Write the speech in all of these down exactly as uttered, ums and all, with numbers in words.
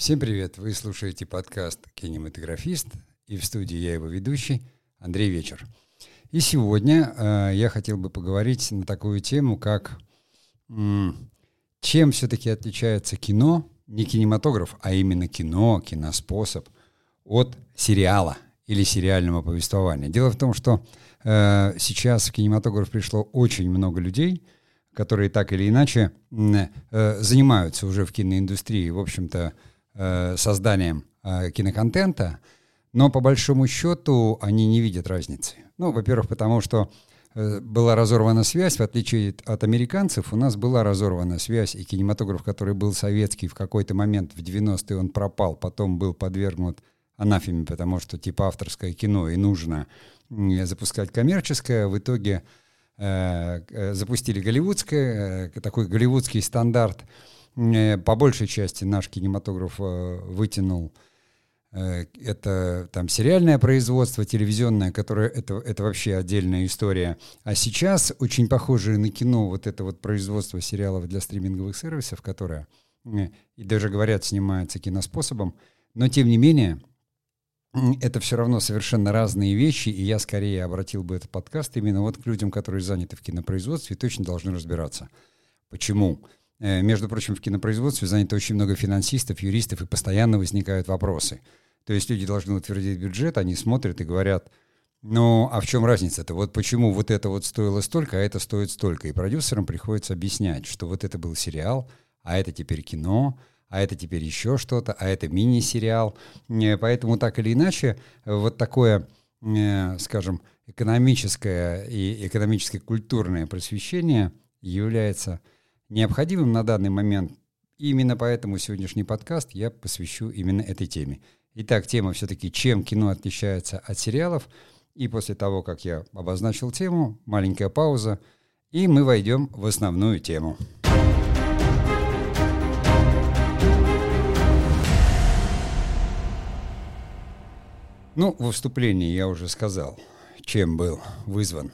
Всем привет! Вы слушаете подкаст «Кинематографист», и в студии я его ведущий Андрей Вечер. И сегодня э, я хотел бы поговорить на такую тему, как м, чем все-таки отличается кино, не кинематограф, а именно кино, киноспособ от сериала или сериального повествования. Дело в том, что э, сейчас в кинематограф пришло очень много людей, которые так или иначе э, занимаются уже в киноиндустрии, в общем-то, э, созданием э, киноконтента, но по большому счету они не видят разницы. Ну, во-первых, потому что э, была разорвана связь, в отличие от американцев, у нас была разорвана связь, и кинематограф, который был советский, в какой-то момент в девяностые он пропал, потом был подвергнут анафеме, потому что типа авторское кино, и нужно э, запускать коммерческое, в итоге запустили голливудское, такой голливудский стандарт. По большей части наш кинематограф вытянул это там сериальное производство, телевизионное, которое это, это вообще отдельная история. А сейчас очень похожее на кино вот это вот производство сериалов для стриминговых сервисов, которое, и даже говорят, снимается киноспособом, но тем не менее это все равно совершенно разные вещи, и я скорее обратил бы этот подкаст именно вот к людям, которые заняты в кинопроизводстве и точно должны разбираться. Почему? Э, между прочим, в кинопроизводстве занято очень много финансистов, юристов, и постоянно возникают вопросы. То есть люди должны утвердить бюджет, они смотрят и говорят, ну, а в чем разница-то? Вот почему вот это вот стоило столько, а это стоит столько? И продюсерам приходится объяснять, что вот это был сериал, а это теперь кино, а это теперь еще что-то, а это мини-сериал. Поэтому так или иначе, вот такое, скажем, экономическое и экономическое культурное просвещение является необходимым на данный момент. И именно поэтому сегодняшний подкаст я посвящу именно этой теме. Итак, тема все-таки, чем кино отличается от сериалов. И после того, как я обозначил тему, маленькая пауза, и мы войдем в основную тему. Ну, во вступлении я уже сказал, чем был вызван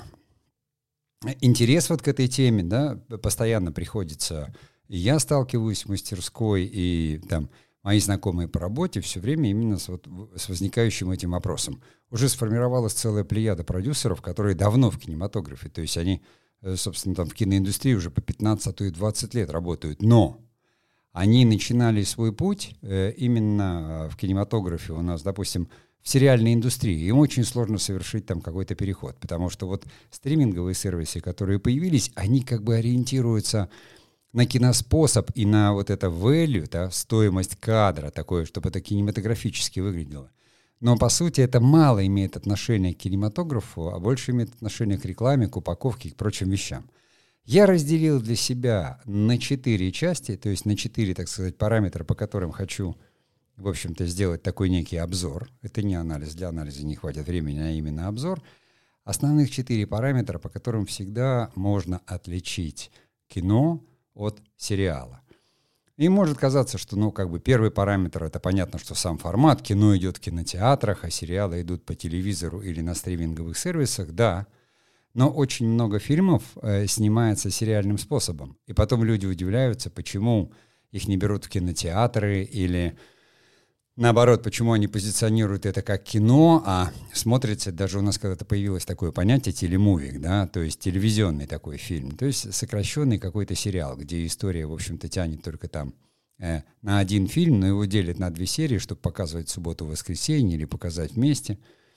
интерес вот к этой теме, да, постоянно приходится, и я сталкиваюсь в мастерской, и там мои знакомые по работе все время именно с, вот, с возникающим этим вопросом. Уже сформировалась целая плеяда продюсеров, которые давно в кинематографе, то есть они, собственно, там в киноиндустрии уже по пятнадцать, а то и двадцать лет работают, но они начинали свой путь э, именно в кинематографе у нас, допустим, в сериальной индустрии. Им очень сложно совершить там какой-то переход, потому что вот стриминговые сервисы, которые появились, они как бы ориентируются на киноспособ и на вот это value, да, стоимость кадра, такое, чтобы это кинематографически выглядело. Но по сути это мало имеет отношение к кинематографу, а больше имеет отношение к рекламе, к упаковке и к прочим вещам. Я разделил для себя на четыре части, то есть на четыре, так сказать, параметра, по которым хочу, в общем-то, сделать такой некий обзор. Это не анализ, для анализа не хватит времени, а именно обзор. Основных четыре параметра, по которым всегда можно отличить кино от сериала. И может казаться, что, ну, как бы первый параметр, это понятно, что сам формат, кино идет в кинотеатрах, а сериалы идут по телевизору или на стриминговых сервисах, да. Но очень много фильмов э, снимается сериальным способом. И потом люди удивляются, почему их не берут в кинотеатры или... Наоборот, почему они позиционируют это как кино, а смотрится, даже у нас когда-то появилось такое понятие телемувик, да, то есть телевизионный такой фильм, то есть сокращенный какой-то сериал, где история, в общем-то, тянет только там э, на один фильм, но его делят на две серии, чтобы показывать субботу-воскресенье или показать вместе.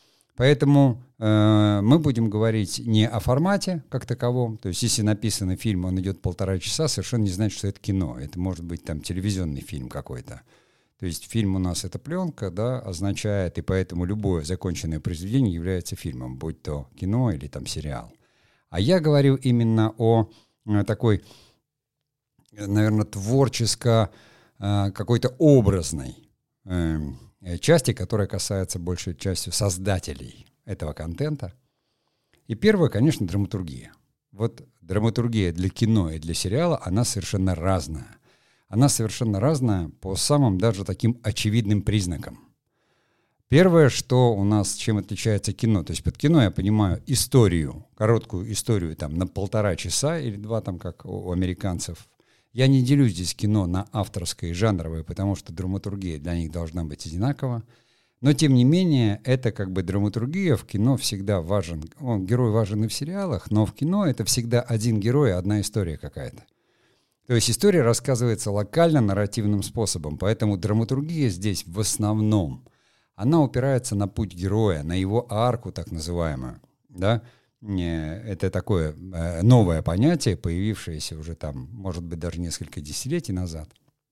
Поэтому э, мы будем говорить не о формате как таковом, то есть если написано фильм, он идет полтора часа, совершенно не значит, что это кино, это может быть там телевизионный фильм какой-то. То есть фильм у нас это пленка, да, означает, и поэтому любое законченное произведение является фильмом, будь то кино или там сериал. А я говорю именно о э, такой, наверное, творческо э, какой-то образной э, части, которая касается большей частью создателей этого контента. И первое, конечно, драматургия. Вот драматургия для кино и для сериала, она совершенно разная. Она совершенно разная по самым даже таким очевидным признакам. Первое, что у нас, чем отличается кино, то есть под кино я понимаю историю, короткую историю там на полтора часа или два, там как у американцев, Я не делю здесь кино на авторское и жанровое, потому что драматургия для них должна быть одинакова. Но, тем не менее, это как бы драматургия в кино всегда важен. Он, герой важен и в сериалах, но в кино это всегда один герой, одна история какая-то. То есть история рассказывается локально, нарративным способом, поэтому драматургия здесь в основном, она упирается на путь героя, на его арку так называемую, да. Это такое новое понятие, появившееся уже там, может быть, даже несколько десятилетий назад.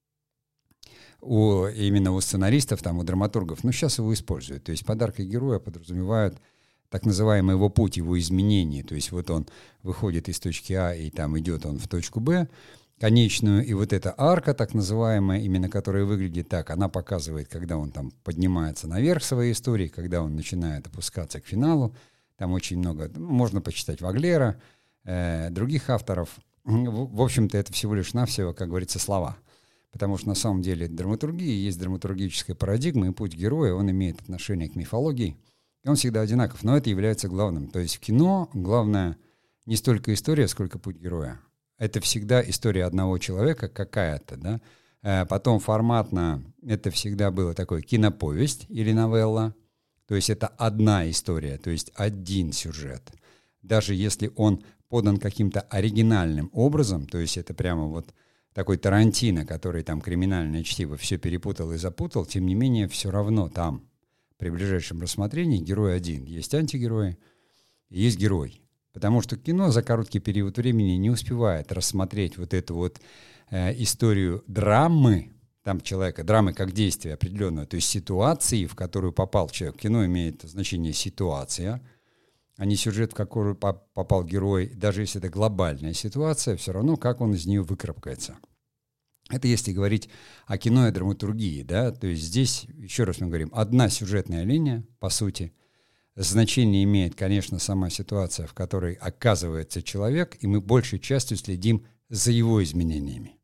У, именно у сценаристов, там, у драматургов. Но сейчас его используют. То есть подарки героя подразумевают так называемый его путь, его изменение. То есть вот он выходит из точки А, и там идет он в точку Б, конечную. И вот эта арка, так называемая, именно которая выглядит так, она показывает, когда он там поднимается наверх своей истории, когда он начинает опускаться к финалу. Там очень много, можно почитать Ваглера, э, других авторов. В, в общем-то, это всего лишь навсего, как говорится, слова. Потому что на самом деле драматургия есть драматургическая парадигма, и путь героя, он имеет отношение к мифологии, и он всегда одинаков, но это является главным. То есть в кино главное не столько история, сколько путь героя. Это всегда история одного человека какая-то, да. Э, потом форматно это всегда было такое киноповесть или новелла. То есть это одна история, то есть один сюжет. Даже если он подан каким-то оригинальным образом, то есть это прямо вот такой Тарантино, который там криминальное чтиво все перепутал и запутал, тем не менее все равно там при ближайшем рассмотрении герой один. Есть антигерои, есть герой. Потому что кино за короткий период времени не успевает рассмотреть вот эту вот э, историю драмы, там человека, драмы как действие определенное, то есть ситуации, в которую попал человек. Кино имеет значение ситуация, а не сюжет, в который попал герой. Даже если это глобальная ситуация, все равно как он из нее выкарабкается. Это если говорить о кино и драматургии, да, то есть здесь, еще раз мы говорим, одна сюжетная линия, по сути. Значение имеет, конечно, сама ситуация, в которой оказывается человек, и мы большей частью следим за его изменениями.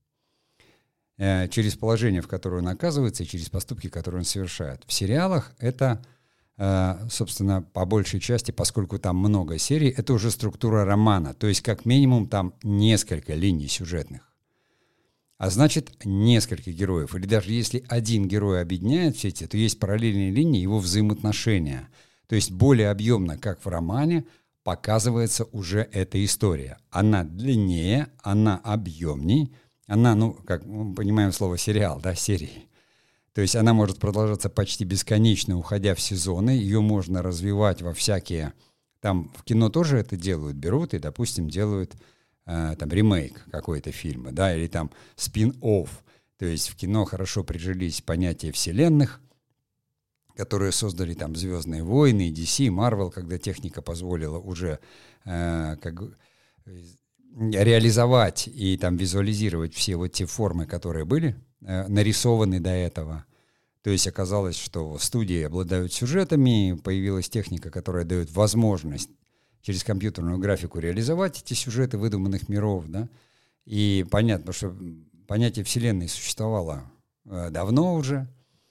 Через положение, в которое он оказывается, и через поступки, которые он совершает. В сериалах это, собственно, по большей части, поскольку там много серий, это уже структура романа, то есть как минимум там несколько линий сюжетных. А значит, несколько героев. Или даже если один герой объединяет все эти, то есть параллельные линии его взаимоотношения. То есть более объемно, как в романе, показывается уже эта история. Она длиннее, она объемней. Она, ну, как мы понимаем слово сериал, да, серии. То есть она может продолжаться почти бесконечно, уходя в сезоны. Ее можно развивать во всякие... Там в кино тоже это делают, берут и, допустим, делают э, там ремейк какой-то фильма, да, или там спин-офф. То есть в кино хорошо прижились понятия вселенных, которые создали там «Звездные войны», ди си, Marvel, когда техника позволила уже э, как... реализовать и там визуализировать все вот те формы, которые были э, нарисованы до этого. То есть оказалось, что студии обладают сюжетами, появилась техника, которая дает возможность через компьютерную графику реализовать эти сюжеты выдуманных миров, да. И понятно, что понятие вселенной существовало э, давно уже.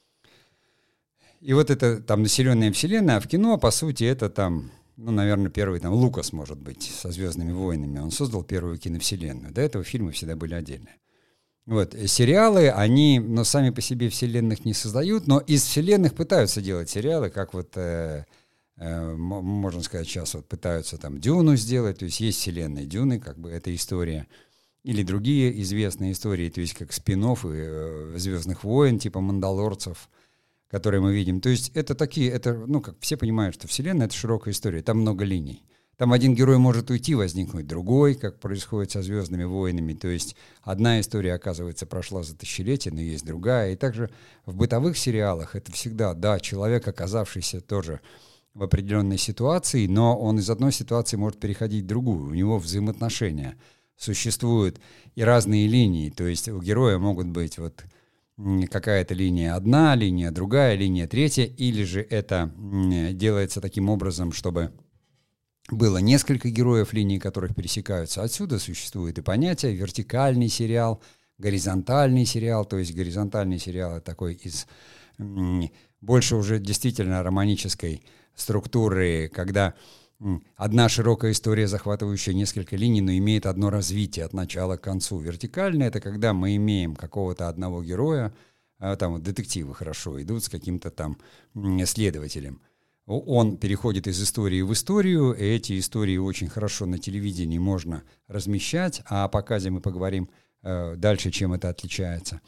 И вот это там населенная вселенная, а в кино, по сути, это там... Ну, наверное, первый там Лукас, может быть, со «Звездными войнами». Он создал первую киновселенную. До этого фильмы всегда были отдельные. Вот. Сериалы, они, ну, сами по себе вселенных не создают, но из вселенных пытаются делать сериалы, как вот, э, э, можно сказать, сейчас вот пытаются там «Дюну» сделать. То есть есть вселенная «Дюны», как бы эта история. Или другие известные истории, то есть как спин-оффы э, «Звездных войн», типа «Мандалорцев», которые мы видим. То есть это такие, это, ну, как все понимают, что Вселенная — это широкая история, там много линий. Там один герой может уйти, возникнуть другой, как происходит со «Звездными войнами». То есть одна история, оказывается, прошла за тысячелетия, но есть другая. И также в бытовых сериалах это всегда, да, человек, оказавшийся тоже в определенной ситуации, но он из одной ситуации может переходить в другую. У него взаимоотношения существуют и разные линии. То есть у героя могут быть вот... какая-то линия одна, линия другая, линия третья, или же это делается таким образом, чтобы было несколько героев, линии которых пересекаются. Отсюда существует и понятие вертикальный сериал, горизонтальный сериал, то есть горизонтальный сериал — это такой из больше уже действительно романической структуры, когда одна широкая история, захватывающая несколько линий, но имеет одно развитие от начала к концу. Вертикально — это когда мы имеем какого-то одного героя, там вот детективы хорошо идут с каким-то там следователем. Он переходит из истории в историю, и эти истории очень хорошо на телевидении можно размещать, а о показе мы поговорим э, дальше, чем это отличается.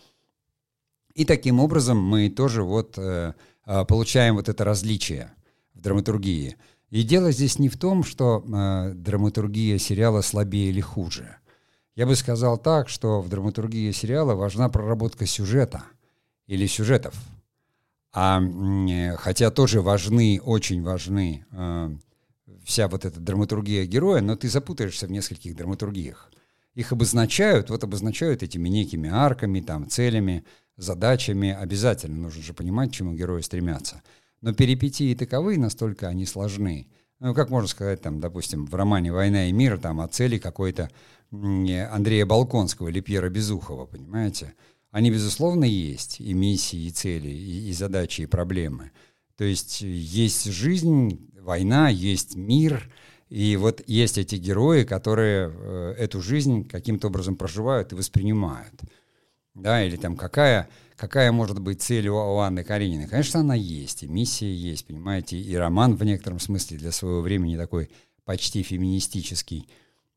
И таким образом мы тоже вот э, получаем вот это различие в драматургии. И дело здесь не в том, что э, драматургия сериала слабее или хуже. Я бы сказал так, что в драматургии сериала важна проработка сюжета или сюжетов. А э, хотя тоже важны, очень важны э, вся вот эта драматургия героя, но ты запутаешься в нескольких драматургиях. Их обозначают, вот обозначают этими некими арками, там, целями, задачами. Обязательно нужно же понимать, к чему герои стремятся. Но перипетии таковые, настолько они сложны. Ну, как можно сказать, там, допустим, в романе «Война и мир» там, о цели какой-то Андрея Болконского или Пьера Безухова, понимаете? Они, безусловно, есть, и миссии, и цели, и, и задачи, и проблемы. То есть есть жизнь, война, есть мир, и вот есть эти герои, которые э, эту жизнь каким-то образом проживают и воспринимают. Да, или там какая... Какая может быть цель у Анны Карениной? Конечно, она есть, и миссия есть, понимаете, и роман в некотором смысле для своего времени такой почти феминистический.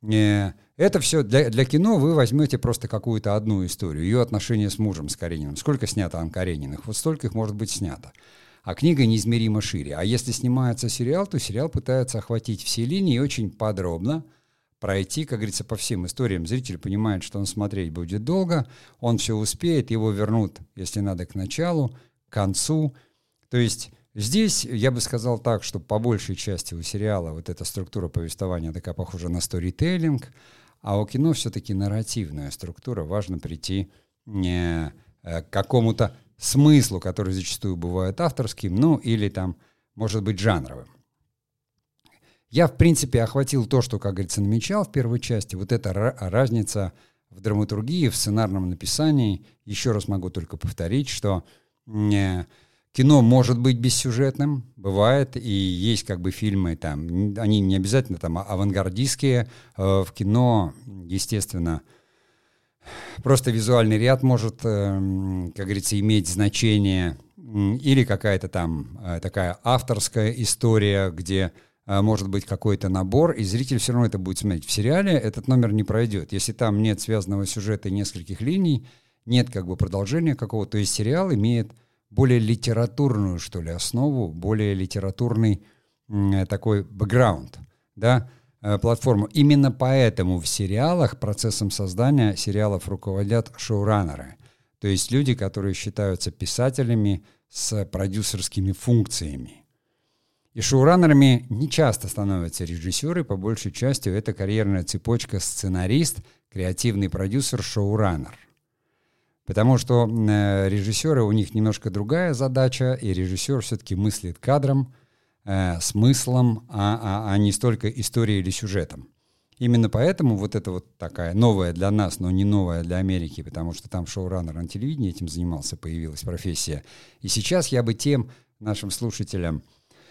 Это все для, для кино вы возьмете просто какую-то одну историю, ее отношения с мужем, с Карениным. Сколько снято Ан Карениных? Вот столько их может быть снято. А книга неизмеримо шире. А если снимается сериал, то сериал пытается охватить все линии очень подробно, пройти, как говорится, по всем историям. Зритель понимает, что он смотреть будет долго, он все успеет, его вернут, если надо, к началу, к концу. То есть здесь я бы сказал так, что по большей части у сериала вот эта структура повествования такая похожа на сторителлинг, а у кино все-таки нарративная структура. Важно прийти не к какому-то смыслу, который зачастую бывает авторским, ну или там, может быть, жанровым. Я, в принципе, охватил то, что, как говорится, намечал в первой части. Вот эта ра- разница в драматургии, в сценарном написании. Еще раз могу только повторить, что э, кино может быть бессюжетным, бывает, и есть как бы фильмы, там, они не обязательно там авангардистские. Э, в кино, естественно, просто визуальный ряд может, э, как говорится, иметь значение. Или какая-то там э, такая авторская история, где может быть какой-то набор, и зритель все равно это будет смотреть. В сериале этот номер не пройдет. Если там нет связанного сюжета и нескольких линий, нет как бы продолжения какого-то, то есть сериал имеет более литературную, что ли, основу, более литературный м, такой бэкграунд, да, э, платформу. Именно поэтому в сериалах процессом создания сериалов руководят шоураннеры, то есть люди, которые считаются писателями с продюсерскими функциями. И шоураннерами не часто становятся режиссеры, по большей части это карьерная цепочка сценарист, креативный продюсер, шоураннер. Потому что э, режиссеры, у них немножко другая задача, и режиссер все-таки мыслит кадром, э, смыслом, а, а, а не столько историей или сюжетом. Именно поэтому вот это вот такая новая для нас, но не новая для Америки, потому что там шоураннер на телевидении этим занимался, появилась профессия. И сейчас я бы тем нашим слушателям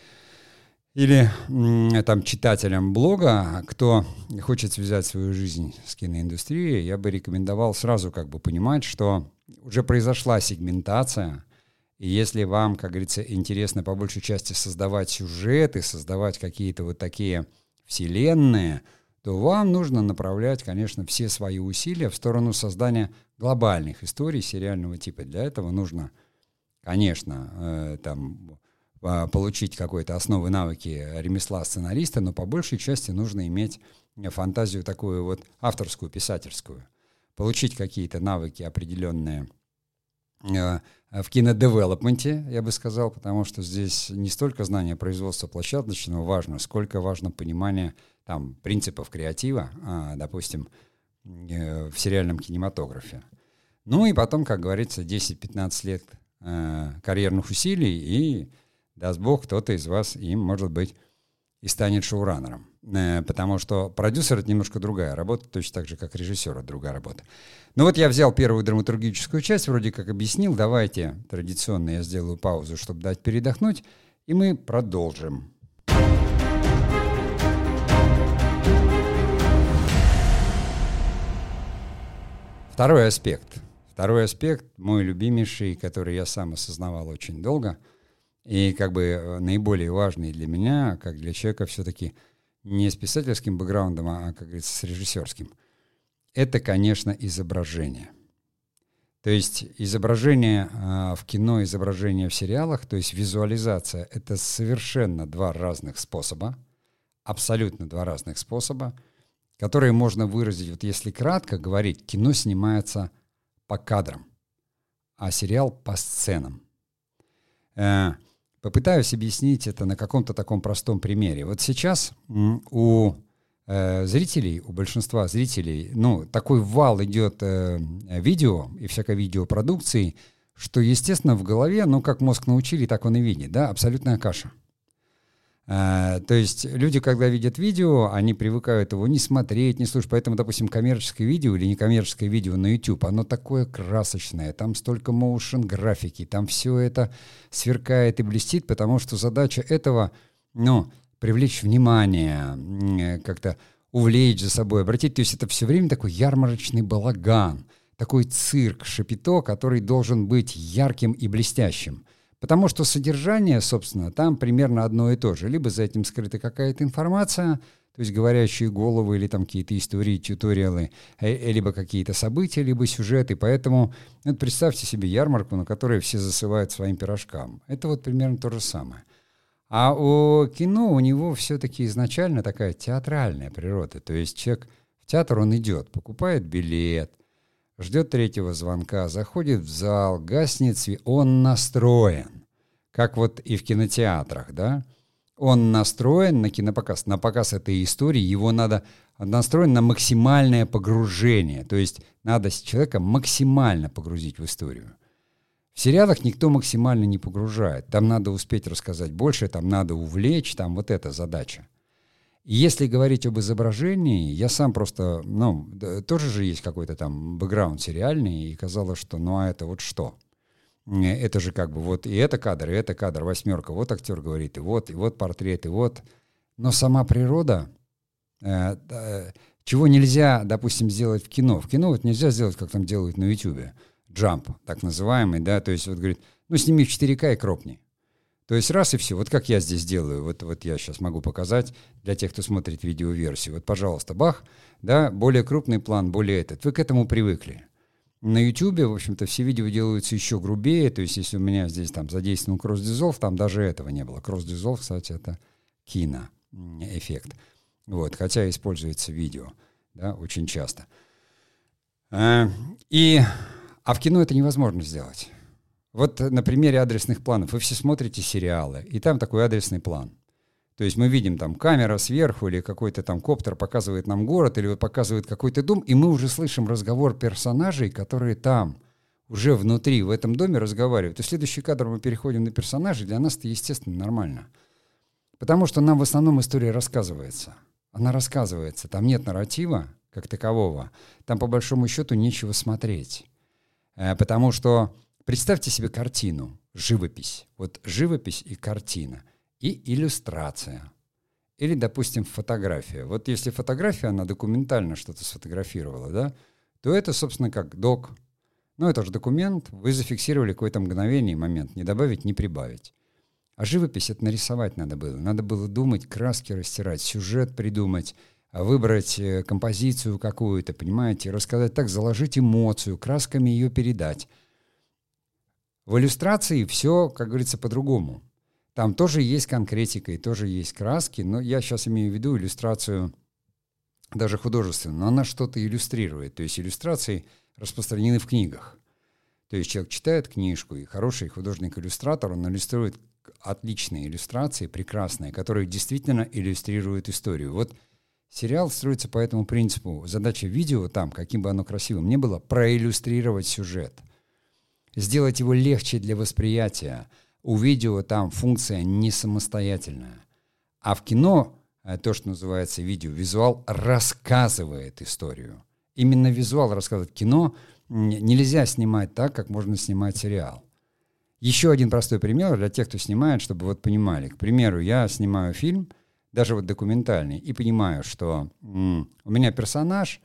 или там читателям блога, кто хочет связать свою жизнь с киноиндустрией, я бы рекомендовал сразу как бы понимать, что уже произошла сегментация, и если вам, как говорится, интересно по большей части создавать сюжеты, создавать какие-то вот такие вселенные, то вам нужно направлять, конечно, все свои усилия в сторону создания глобальных историй сериального типа. Для этого нужно, конечно, э, там... получить какой-то основы навыки ремесла сценариста, но по большей части нужно иметь фантазию такую вот авторскую, писательскую. Получить какие-то навыки определенные э, в кинодевелопменте, я бы сказал, потому что здесь не столько знание производства площадочного важно, сколько важно понимание там, принципов креатива, а, допустим, э, в сериальном кинематографе. Ну и потом, как говорится, десять-пятнадцать лет э, карьерных усилий, и даст Бог, кто-то из вас им, может быть, и станет шоураннером. Э, потому что продюсер — это немножко другая работа, точно так же, как режиссер — это другая работа. Ну вот я взял первую драматургическую часть, вроде как объяснил. Давайте традиционно я сделаю паузу, чтобы дать передохнуть, и мы продолжим. Второй аспект. Второй аспект, мой любимейший, который я сам осознавал очень долго, и как бы наиболее важный для меня, как для человека все-таки не с писательским бэкграундом, а, как говорится, с режиссерским, это, конечно, изображение. То есть изображение э, в кино, изображение в сериалах, то есть визуализация — это совершенно два разных способа, абсолютно два разных способа, которые можно выразить, вот если кратко говорить, кино снимается по кадрам, а сериал по сценам. Э, попытаюсь объяснить это на каком-то таком простом примере. Вот сейчас м, у э, зрителей, у большинства зрителей, ну, такой вал идет э, видео и всякой видеопродукции, что, естественно, в голове, ну, как мозг научили, так он и видит, да, абсолютная каша. Uh, то есть люди, когда видят видео, они привыкают его не смотреть, не слушать. Поэтому, допустим, коммерческое видео или некоммерческое видео на YouTube, оно такое красочное, там столько моушен графики, там все это сверкает и блестит, потому что задача этого, ну, привлечь внимание, как-то увлечь за собой, обратить. То есть это все время такой ярмарочный балаган, такой цирк, шапито, который должен быть ярким и блестящим. Потому что содержание, собственно, там примерно одно и то же. Либо за этим скрыта какая-то информация, то есть говорящие головы или там какие-то истории, тьюториалы, либо какие-то события, либо сюжеты. Поэтому вот представьте себе ярмарку, на которой все засывают своим пирожкам. Это вот примерно то же самое. А у кино у него все-таки изначально такая театральная природа. То есть человек в театр, он идет, покупает билет, ждет третьего звонка, заходит в зал, гаснет свет, он настроен, как вот и в кинотеатрах, да? Он настроен на кинопоказ, на показ этой истории, его надо настроен на максимальное погружение, то есть надо человека максимально погрузить в историю. В сериалах никто максимально не погружает, там надо успеть рассказать больше, там надо увлечь, там вот эта задача. И если говорить об изображении, я сам просто, ну, да, тоже же есть какой-то там бэкграунд сериальный, и казалось, что ну а это вот что? Это же как бы вот и это кадр, и это кадр, восьмерка, вот актер говорит, и вот, и вот портрет, и вот. Но сама природа, э, э, чего нельзя, допустим, сделать в кино. В кино вот нельзя сделать, как там делают на Ютубе, джамп, так называемый, да, то есть вот говорит, ну сними в четыре ка и кропни. То есть раз и все. Вот как я здесь делаю. Вот, вот я сейчас могу показать для тех, кто смотрит видеоверсию. Вот, пожалуйста, бах, да, более крупный план, более этот. Вы к этому привыкли. На Ютубе, в общем-то, все видео делаются еще грубее. То есть если у меня здесь там задействован кросс-дизолв, там даже этого не было. Кросс-дизолв, кстати, это киноэффект. Вот, хотя используется видео, да, очень часто. А, и, а в кино это невозможно сделать. Вот на примере адресных планов. Вы все смотрите сериалы, и там такой адресный план. То есть мы видим там камера сверху, или какой-то там коптер показывает нам город, или вот показывает какой-то дом, и мы уже слышим разговор персонажей, которые там, уже внутри, в этом доме разговаривают. И в следующий кадр мы переходим на персонажей, для нас это, естественно, нормально. Потому что нам в основном история рассказывается. Она рассказывается, там нет нарратива как такового, там по большому счету нечего смотреть. Потому что представьте себе картину, живопись. Вот живопись и картина. И иллюстрация. Или, допустим, фотография. Вот если фотография, она документально что-то сфотографировала, да, то это, собственно, как док. Ну, это же документ, вы зафиксировали какое-то мгновение, момент, не добавить, не прибавить. А живопись — это нарисовать надо было. Надо было думать, краски растирать, сюжет придумать, выбрать композицию какую-то, понимаете, рассказать так, заложить эмоцию, красками ее передать. В иллюстрации все, как говорится, по-другому. Там тоже есть конкретика и тоже есть краски, но я сейчас имею в виду иллюстрацию даже художественную, но она что-то иллюстрирует. То есть иллюстрации распространены в книгах. То есть человек читает книжку, и хороший художник-иллюстратор, он иллюстрирует отличные иллюстрации, прекрасные, которые действительно иллюстрируют историю. Вот сериал строится по этому принципу. Задача видео там, каким бы оно красивым ни было, проиллюстрировать сюжет. Сделать его легче для восприятия. У видео там функция не самостоятельная. А в кино, то, что называется видео, визуал рассказывает историю. Именно визуал рассказывает. Кино нельзя снимать так, как можно снимать сериал. Еще один простой пример для тех, кто снимает, чтобы вот понимали. К примеру, я снимаю фильм, даже вот документальный, и понимаю, что м- у меня персонаж,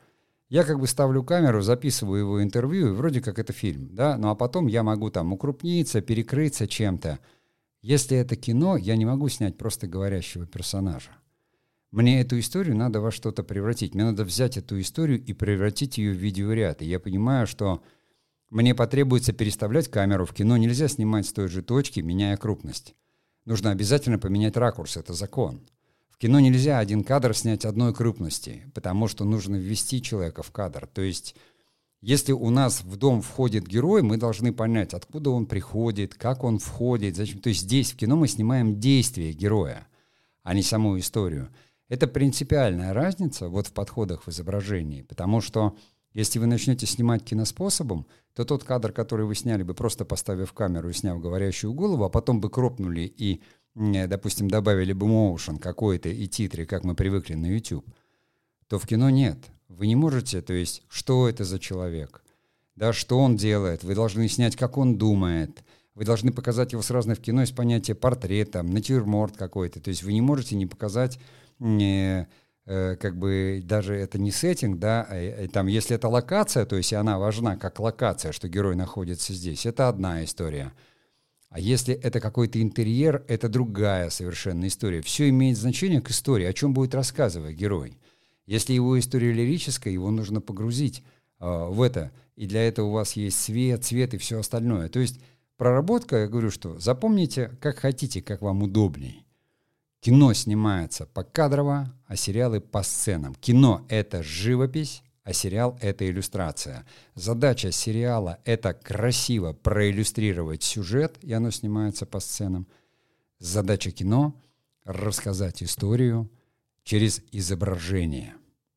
Я как бы ставлю камеру, записываю его интервью, и вроде как это фильм, да, ну а потом я могу там укрупниться, перекрыться чем-то. Если это кино, я не могу снять просто говорящего персонажа. Мне эту историю надо во что-то превратить. Мне надо взять эту историю и превратить ее в видеоряд. И я понимаю, что мне потребуется переставлять камеру. В кино нельзя снимать с той же точки, меняя крупность. Нужно обязательно поменять ракурс, это закон. В кино нельзя один кадр снять одной крупности, потому что нужно ввести человека в кадр. То есть, если у нас в дом входит герой, мы должны понять, откуда он приходит, как он входит, зачем. То есть здесь в кино мы снимаем действие героя, а не саму историю. Это принципиальная разница вот в подходах в изображении, потому что если вы начнете снимать киноспособом, то тот кадр, который вы сняли бы, просто поставив камеру и сняв говорящую голову, а потом бы кропнули и, допустим, добавили бы моушен какой-то и титры, как мы привыкли на YouTube, то в кино нет. Вы не можете, то есть, что это за человек, да, что он делает, вы должны снять, как он думает, вы должны показать его сразу в кино из понятия портрета, натюрморт какой-то, то есть вы не можете не показать... Не, э, как бы даже это не сеттинг, да, а, там, если это локация, то есть она важна как локация, что герой находится здесь, это одна история. А если это какой-то интерьер, это другая совершенно история. Все имеет значение к истории, о чем будет рассказывать герой. Если его история лирическая, его нужно погрузить э, в это, и для этого у вас есть свет, цвет и все остальное. То есть проработка, я говорю, что запомните, как хотите, как вам удобней. Кино снимается покадрово, а сериалы по сценам. Кино — это живопись, а сериал — это иллюстрация. Задача сериала — это красиво проиллюстрировать сюжет, и оно снимается по сценам. Задача кино — рассказать историю через изображение.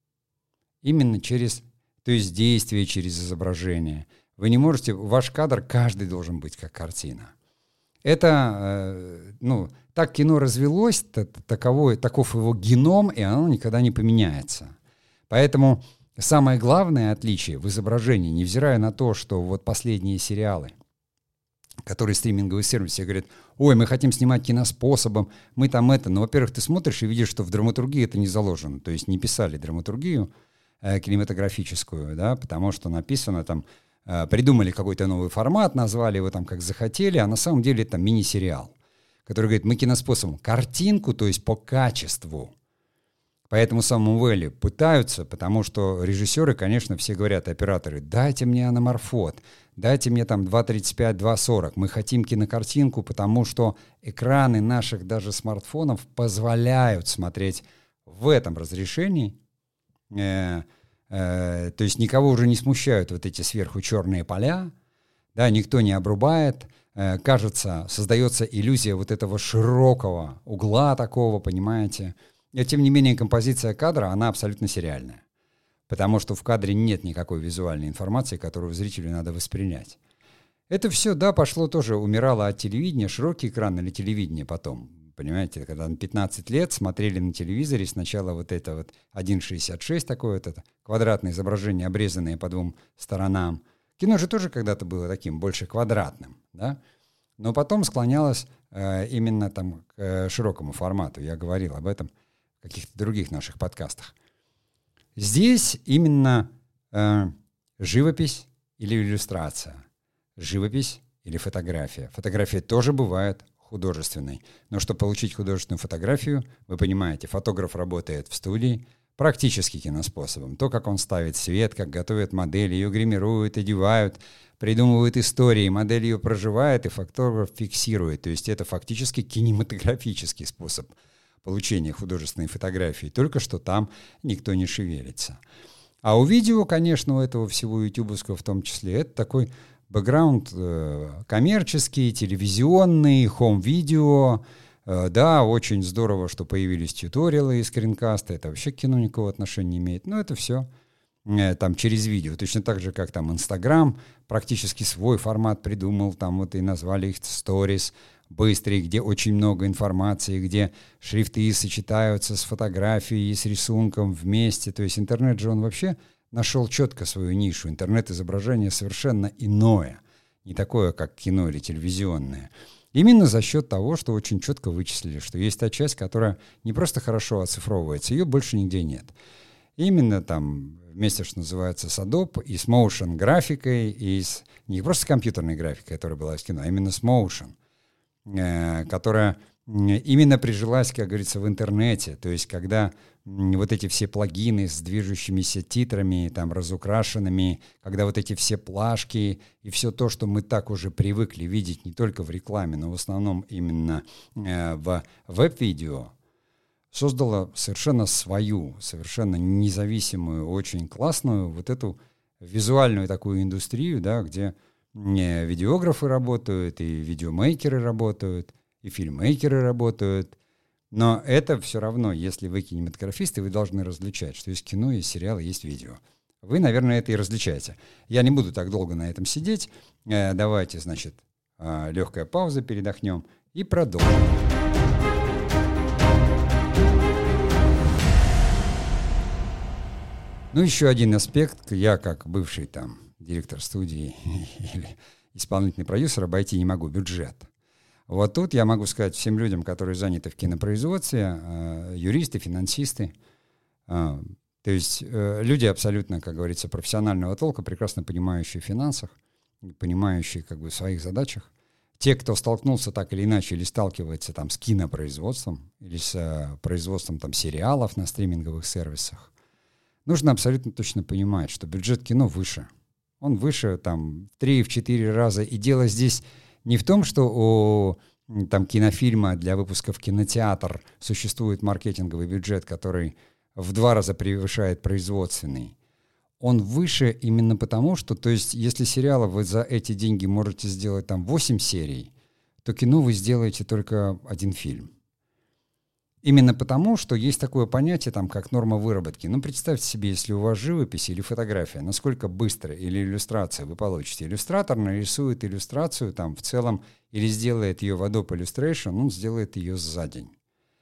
Именно через, то есть действие через изображение. Вы не можете, ваш кадр, каждый должен быть как картина. Это, э, ну, так кино развелось, таковой, таков его геном, и оно никогда не поменяется. Поэтому самое главное отличие в изображении, невзирая на то, что вот последние сериалы, которые стриминговые сервисы говорят, ой, мы хотим снимать киноспособом, мы там это, ну, во-первых, ты смотришь и видишь, что в драматургии это не заложено, то есть не писали драматургию э, кинематографическую, да, потому что написано там, э, придумали какой-то новый формат, назвали его там как захотели, а на самом деле это мини-сериал, который говорит, мы киноспособом, картинку, то есть по качеству. По этому самому Вэлли пытаются, потому что режиссеры, конечно, все говорят, операторы, дайте мне аноморфот, дайте мне там два тридцать пять, два сорок. Мы хотим кинокартинку, потому что экраны наших даже смартфонов позволяют смотреть в этом разрешении. Э, э, то есть никого уже не смущают вот эти сверху черные поля, да, никто не обрубает. Кажется, создается иллюзия вот этого широкого угла такого, понимаете. И тем не менее композиция кадра, она абсолютно сериальная. Потому что в кадре нет никакой визуальной информации, которую зрителю надо воспринять. Это все, да, пошло тоже, умирало от телевидения, широкий экран или телевидение потом. Понимаете, когда на пятнадцать лет смотрели на телевизоре сначала вот это вот один шестьдесят шесть, такое вот это квадратное изображение, обрезанное по двум сторонам. Кино же тоже когда-то было таким, больше квадратным, да? Но потом склонялось э, именно там к э, широкому формату. Я говорил об этом в каких-то других наших подкастах. Здесь именно э, живопись или иллюстрация, живопись или фотография. Фотография тоже бывает художественной. Но чтобы получить художественную фотографию, вы понимаете, фотограф работает в студии, практически киноспособом. То, как он ставит свет, как готовят модель, ее гримируют, одевают, придумывают истории, модель ее проживает, и фотограф фиксирует. То есть это фактически кинематографический способ получения художественной фотографии. Только что там никто не шевелится. А у видео, конечно, у этого всего ютубовского в том числе, это такой бэкграунд э, коммерческий, телевизионный, хоум-видео. Да, очень здорово, что появились тьюториалы и скринкасты. Это вообще к кино никакого отношения не имеет. Но это все э, там через видео. Точно так же, как там Инстаграм практически свой формат придумал. Там вот и назвали их сторис быстрые, где очень много информации, где шрифты сочетаются с фотографией и с рисунком вместе. То есть интернет же он вообще нашел четко свою нишу. Интернет-изображение совершенно иное. Не такое, как кино или телевизионное. Именно за счет того, что очень четко вычислили, что есть та часть, которая не просто хорошо оцифровывается, ее больше нигде нет. Именно там вместе, что называется, с Adobe, и с motion графикой, и с не просто с компьютерной графикой, которая была в кино, а именно с motion, э, которая именно прижилась, как говорится, в интернете. То есть когда вот эти все плагины с движущимися титрами, там, разукрашенными, когда вот эти все плашки и все то, что мы так уже привыкли видеть не только в рекламе, но в основном именно э, в веб-видео, создала совершенно свою, совершенно независимую, очень классную вот эту визуальную такую индустрию, да, где э, видеографы работают, и видеомейкеры работают, и фильммейкеры работают. Но это все равно, если вы кинематографисты, вы должны различать, что есть кино, есть сериалы, есть видео. Вы, наверное, это и различаете. Я не буду так долго на этом сидеть. Э, давайте, значит, э, легкая пауза, передохнем и продолжим. Ну, еще один аспект. Я, как бывший там директор студии или исполнительный продюсер, обойти не могу бюджет. Вот тут я могу сказать всем людям, которые заняты в кинопроизводстве, э, юристы, финансисты, э, то есть э, люди абсолютно, как говорится, профессионального толка, прекрасно понимающие в финансах, понимающие как бы в своих задачах. Те, кто столкнулся так или иначе или сталкивается там с кинопроизводством или с э, производством там сериалов на стриминговых сервисах, нужно абсолютно точно понимать, что бюджет кино выше. Он выше там в три-четыре раза. И дело здесь не в том, что у там, кинофильма для выпуска в кинотеатр существует маркетинговый бюджет, который в два раза превышает производственный. Он выше именно потому, что, то есть, если сериала вы за эти деньги можете сделать там восемь серий, то кино вы сделаете только один фильм. Именно потому, что есть такое понятие, там, как норма выработки. Ну, представьте себе, если у вас живопись или фотография, насколько быстро, или иллюстрация вы получите. Иллюстратор нарисует иллюстрацию там в целом, или сделает ее в Adobe Illustration, он сделает ее за день.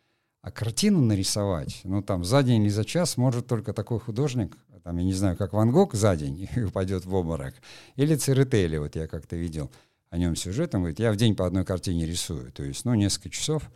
А картину нарисовать, ну, там, за день или за час может только такой художник, там, я не знаю, как Ван Гог за день и упадет в обморок, или Церетели, вот я как-то видел о нем сюжет, он говорит, я в день по одной картине рисую, то есть, ну, несколько часов.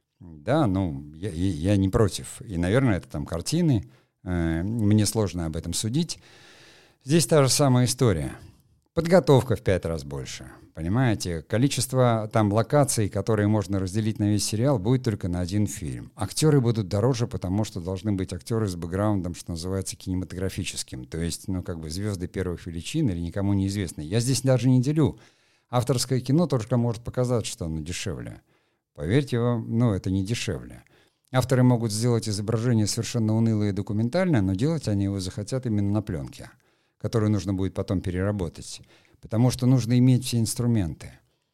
Да, ну, я, я не против. И, наверное, это там картины. Э, мне сложно об этом судить. Здесь та же самая история. Подготовка в пять раз больше. Понимаете? Количество там локаций, которые можно разделить на весь сериал, будет только на один фильм. Актеры будут дороже, потому что должны быть актеры с бэкграундом, что называется, кинематографическим. То есть, ну, как бы звезды первых величин или никому неизвестные. Я здесь даже не делю. Авторское кино только может показать, что оно дешевле. Поверьте вам, ну, это не дешевле. Авторы могут сделать изображение совершенно унылое и документальное, но делать они его захотят именно на пленке, которую нужно будет потом переработать, потому что нужно иметь все инструменты.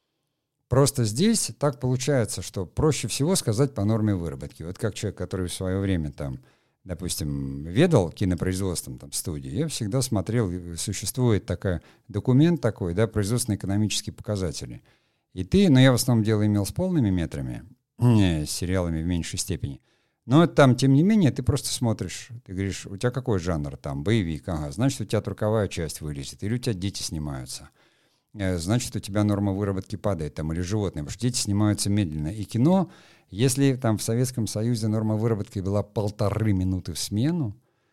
Просто здесь так получается, что проще всего сказать по норме выработки. Вот как человек, который в свое время там, допустим, ведал кинопроизводством там, студии, я всегда смотрел, существует такой документ такой, да, производственно-экономические показатели. И ты, но я в основном дело имел с полными метрами, не, с сериалами в меньшей степени. Но там, тем не менее, ты просто смотришь, ты говоришь, у тебя какой жанр там, боевик, ага, значит, у тебя трюковая часть вылезет, или у тебя дети снимаются. Значит, у тебя норма выработки падает, там, или животные, потому что дети снимаются медленно. И кино, если там в Советском Союзе норма выработки была полторы минуты в смену,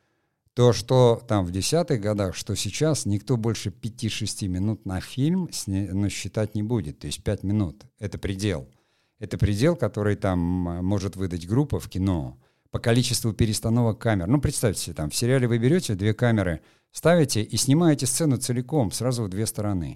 то, что там в десятых годах, что сейчас, никто больше пяти-шести минут на фильм сня... ну, считать не будет. То есть пять минут — это предел. Это предел, который там может выдать группа в кино по количеству перестановок камер. Ну, представьте себе, там в сериале вы берете две камеры, ставите и снимаете сцену целиком, сразу в две стороны.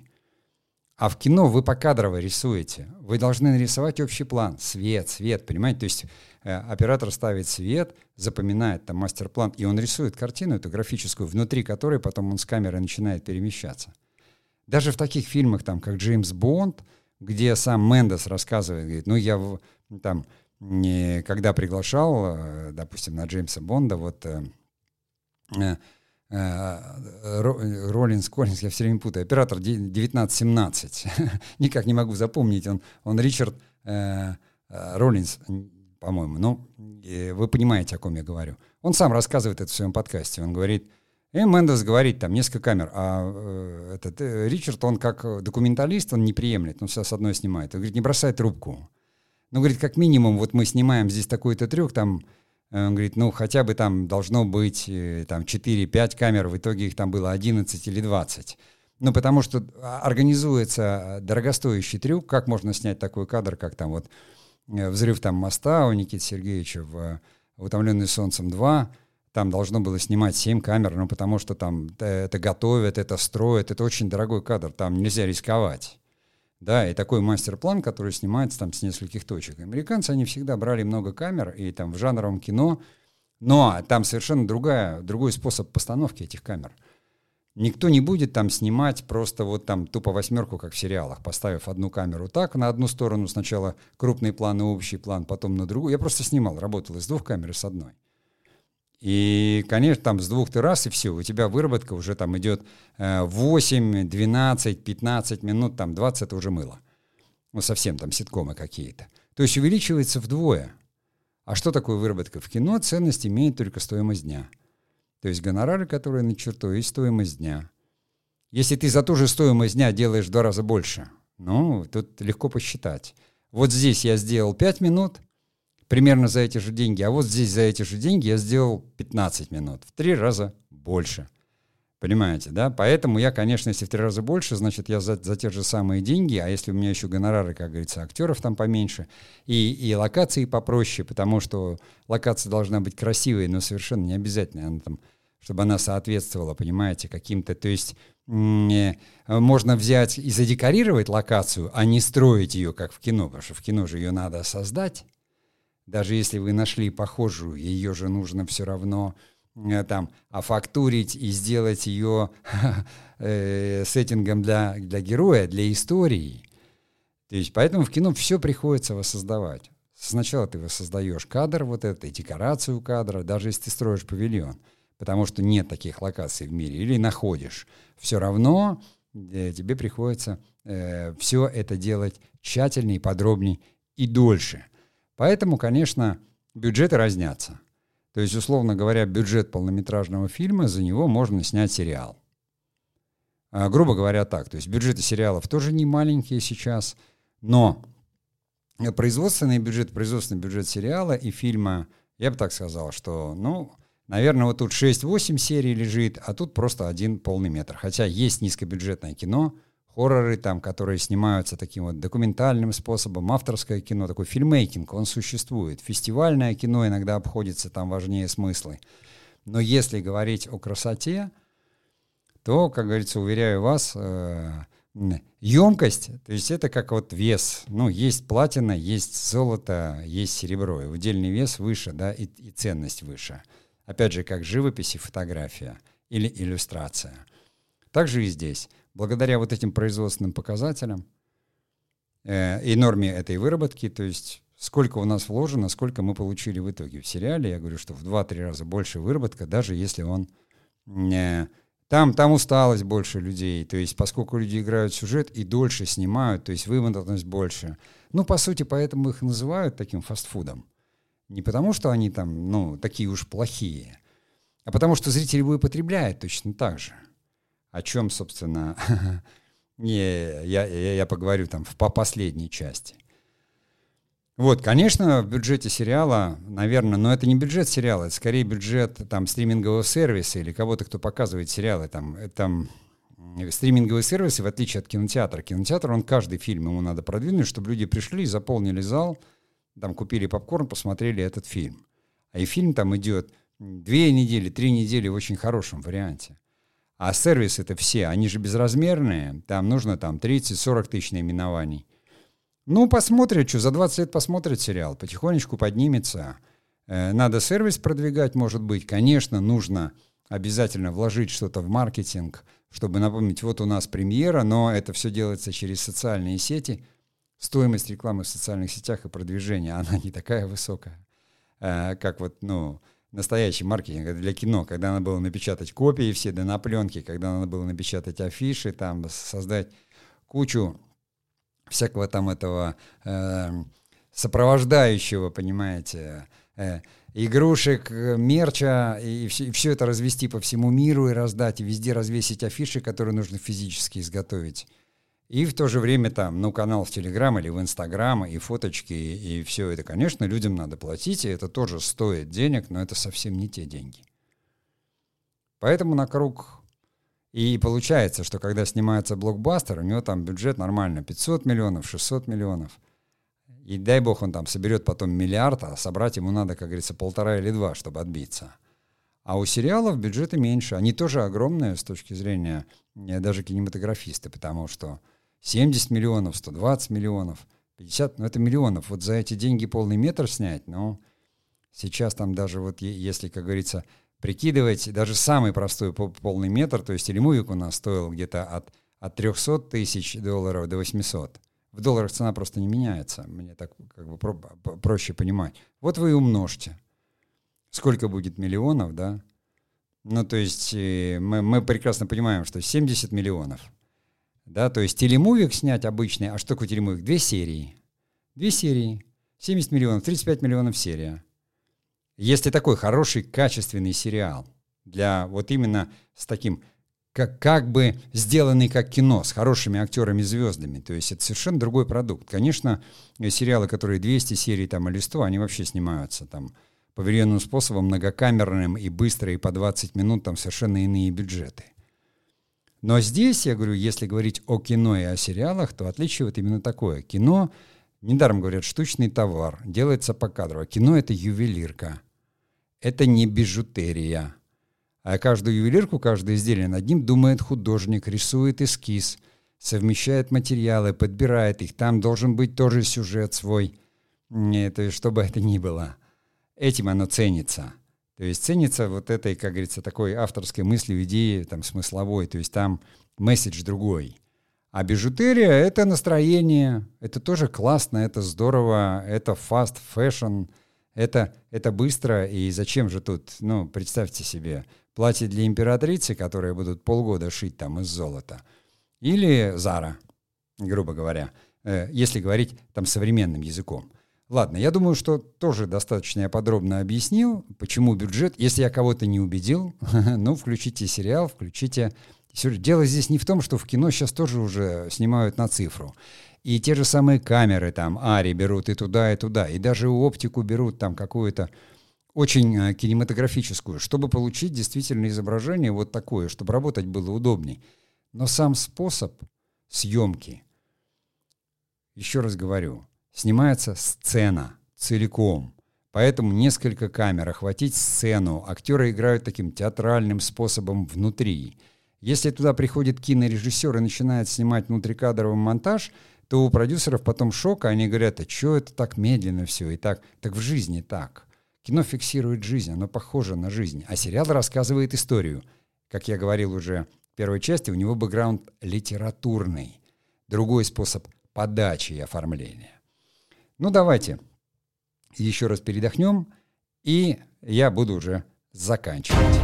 А в кино вы покадрово рисуете. Вы должны нарисовать общий план. Свет, свет, понимаете? То есть э, оператор ставит свет, запоминает там мастер-план, и он рисует картину эту графическую, внутри которой потом он с камерой начинает перемещаться. Даже в таких фильмах, там, как «Джеймс Бонд», где сам Мендес рассказывает, говорит, ну я там, не, когда приглашал, э, допустим, на Джеймса Бонда, вот... Э, э, Роллинс, Коллинс, я все время путаю, оператор девятнадцать семнадцать, никак не могу запомнить, он, он Ричард э, Роллинс, по-моему, ну, вы понимаете, о ком я говорю. Он сам рассказывает это в своем подкасте, он говорит, и Мендес говорит, там, несколько камер, а э, этот э, Ричард, он как документалист, он не приемлет, он все с одной снимает, он говорит, не бросай трубку. Ну, говорит, как минимум, вот мы снимаем здесь такой-то трюк, там, Он говорит, ну, хотя бы там должно быть там четыре-пять камер, в итоге их там было одиннадцать или двадцать. Ну, потому что организуется дорогостоящий трюк, как можно снять такой кадр, как там вот взрыв там моста у Никиты Сергеевича в «Утомленный солнцем два». Там должно было снимать семь камер, ну, потому что там это готовят, это строят, это очень дорогой кадр, там нельзя рисковать. Да, и такой мастер-план, который снимается там с нескольких точек. Американцы, они всегда брали много камер, и там в жанровом кино, но там совершенно другая, другой способ постановки этих камер. Никто не будет там снимать просто вот там тупо восьмерку, как в сериалах, поставив одну камеру так, на одну сторону сначала крупный план и общий план, потом на другую. Я просто снимал, работал из двух камер и с одной. И, конечно, там с двух ты раз, и все, у тебя выработка уже там идет восемь, двенадцать, пятнадцать минут, там двадцать это уже мыло. Ну, совсем там ситкомы какие-то. То есть увеличивается вдвое. А что такое выработка? В кино ценность имеет только стоимость дня. То есть гонорары, которые на черту, и стоимость дня. Если ты за ту же стоимость дня делаешь в два раза больше, ну, тут легко посчитать. Вот здесь я сделал пять минут, примерно за эти же деньги, а вот здесь за эти же деньги я сделал пятнадцать минут, в три раза больше. Понимаете, да? Поэтому я, конечно, если в три раза больше, значит, я за, за те же самые деньги, а если у меня еще гонорары, как говорится, актеров там поменьше, и, и локации попроще, потому что локация должна быть красивой, но совершенно не обязательно, она там, чтобы она соответствовала, понимаете, каким-то, то есть м- можно взять и задекорировать локацию, а не строить ее, как в кино, потому что в кино же ее надо создать. Даже если вы нашли похожую, ее же нужно все равно э, там офактурить и сделать ее э, сеттингом для, для героя, для истории. То есть поэтому в кино все приходится воссоздавать. Сначала ты воссоздаешь кадр, вот это, декорацию кадра, даже если ты строишь павильон, потому что нет таких локаций в мире, или находишь. Все равно э, тебе приходится э, все это делать тщательнее, подробнее и дольше. Поэтому, конечно, бюджеты разнятся. То есть, условно говоря, бюджет полнометражного фильма, за него можно снять сериал. А, грубо говоря, так. То есть бюджеты сериалов тоже не маленькие сейчас, но производственный бюджет, производственный бюджет сериала и фильма, я бы так сказал, что, ну, наверное, вот тут шесть-восемь серий лежит, а тут просто один полный метр. Хотя есть низкобюджетное кино, хорроры там, которые снимаются таким вот документальным способом, авторское кино, такой фильммейкинг, он существует. Фестивальное кино иногда обходится, там важнее смыслы. Но если говорить о красоте, то, как говорится, уверяю вас, э, емкость, то есть это как вот вес. Ну, есть платина, есть золото, есть серебро. И удельный вес выше, да, и, и ценность выше. Опять же, как живопись и фотография или иллюстрация. Так же и здесь. Благодаря вот этим производственным показателям э, и норме этой выработки, то есть сколько у нас вложено, сколько мы получили в итоге. В сериале я говорю, что в два-три раза больше выработка, даже если он... Э, там, там усталость больше людей, то есть поскольку люди играют в сюжет и дольше снимают, то есть вымотанность больше. Ну, по сути, поэтому их называют таким фастфудом. Не потому, что они там, ну, такие уж плохие, а потому что зритель его и потребляет точно так же. О чем, собственно, я, я, я поговорю там в, по последней части. Вот, конечно, в бюджете сериала, наверное, но это не бюджет сериала, это скорее бюджет там стримингового сервиса или кого-то, кто показывает сериалы. Там, там стриминговые сервисы, в отличие от кинотеатра. Кинотеатр, он каждый фильм ему надо продвинуть, чтобы люди пришли, заполнили зал, там купили попкорн, посмотрели этот фильм. А и фильм там идет две недели, три недели в очень хорошем варианте. А сервисы-то все, они же безразмерные, там нужно там тридцать-сорок тысяч наименований. Ну, посмотрят, что, за двадцать лет посмотрят сериал, потихонечку поднимется. Э, надо сервис продвигать, может быть. Конечно, нужно обязательно вложить что-то в маркетинг, чтобы напомнить, вот у нас премьера, но это все делается через социальные сети. Стоимость рекламы в социальных сетях и продвижения, она не такая высокая, э, как вот, ну... настоящий маркетинг для кино, когда надо было напечатать копии все, да на пленке, когда надо было напечатать афиши, там, создать кучу всякого там этого э, сопровождающего, понимаете, э, игрушек, мерча, и все, и все это развести по всему миру и раздать, и везде развесить афиши, которые нужно физически изготовить. И в то же время там, ну, канал в Телеграм или в Инстаграм, и фоточки, и все это, конечно, людям надо платить, и это тоже стоит денег, но это совсем не те деньги. Поэтому на круг и получается, что когда снимается блокбастер, у него там бюджет нормально, пятьсот миллионов, шестьсот миллионов. И дай бог он там соберет потом миллиард, а собрать ему надо, как говорится, полтора или два, чтобы отбиться. А у сериалов бюджеты меньше. Они тоже огромные с точки зрения даже кинематографисты, потому что семьдесят миллионов, сто двадцать миллионов, пятьдесят, ну это миллионов. Вот за эти деньги полный метр снять, ну сейчас там даже вот если, как говорится, прикидывать, даже самый простой полный метр, то есть телемувик у нас стоил где-то от, от триста тысяч долларов до восемьсот. В долларах цена просто не меняется. Мне так как бы про- проще понимать. Вот вы и умножьте. Сколько будет миллионов, да? Ну, то есть мы, мы прекрасно понимаем, что семьдесят миллионов. Да, то есть телемувик снять обычный. А что такое телемувик? Две серии. Две серии. семьдесят миллионов, тридцать пять миллионов серия. Если такой хороший, качественный сериал, для вот именно с таким, как, как бы сделанный как кино, с хорошими актерами-звездами, то есть это совершенно другой продукт. Конечно, сериалы, которые двести серий там, или сто, они вообще снимаются там поверенным способом, многокамерным и быстро, и по двадцать минут, там совершенно иные бюджеты. Но здесь, я говорю, если говорить о кино и о сериалах, то отличие вот именно такое. Кино, недаром говорят, штучный товар, делается покадрово. Кино — это ювелирка. Это не бижутерия. А каждую ювелирку, каждое изделие над ним думает художник, рисует эскиз, совмещает материалы, подбирает их. Там должен быть тоже сюжет свой, это, что бы это ни было. Этим оно ценится. То есть ценится вот этой, как говорится, такой авторской мыслью, идеей, там, смысловой. То есть там месседж другой. А бижутерия — это настроение. Это тоже классно, это здорово, это fast fashion. Это, это быстро, и зачем же тут, ну, представьте себе, платье для императрицы, которые будут полгода шить там из золота, или Zara, грубо говоря, э, если говорить там современным языком. Ладно, я думаю, что тоже достаточно я подробно объяснил, почему бюджет. Если я кого-то не убедил, ну, включите сериал, включите... Дело здесь не в том, что в кино сейчас тоже уже снимают на цифру. И те же самые камеры там, Ари берут и туда, и туда. И даже оптику берут там какую-то очень э, кинематографическую, чтобы получить действительно изображение вот такое, чтобы работать было удобней. Но сам способ съемки, еще раз говорю, снимается сцена целиком. Поэтому несколько камер, охватить сцену. Актеры играют таким театральным способом внутри. Если туда приходит кинорежиссер и начинает снимать внутрикадровый монтаж, то у продюсеров потом шок, а они говорят, а что это так медленно все и так? Так в жизни так. Кино фиксирует жизнь, оно похоже на жизнь, а сериал рассказывает историю. Как я говорил уже в первой части, у него бэкграунд литературный, другой способ подачи и оформления. Ну давайте еще раз передохнем, и я буду уже заканчивать.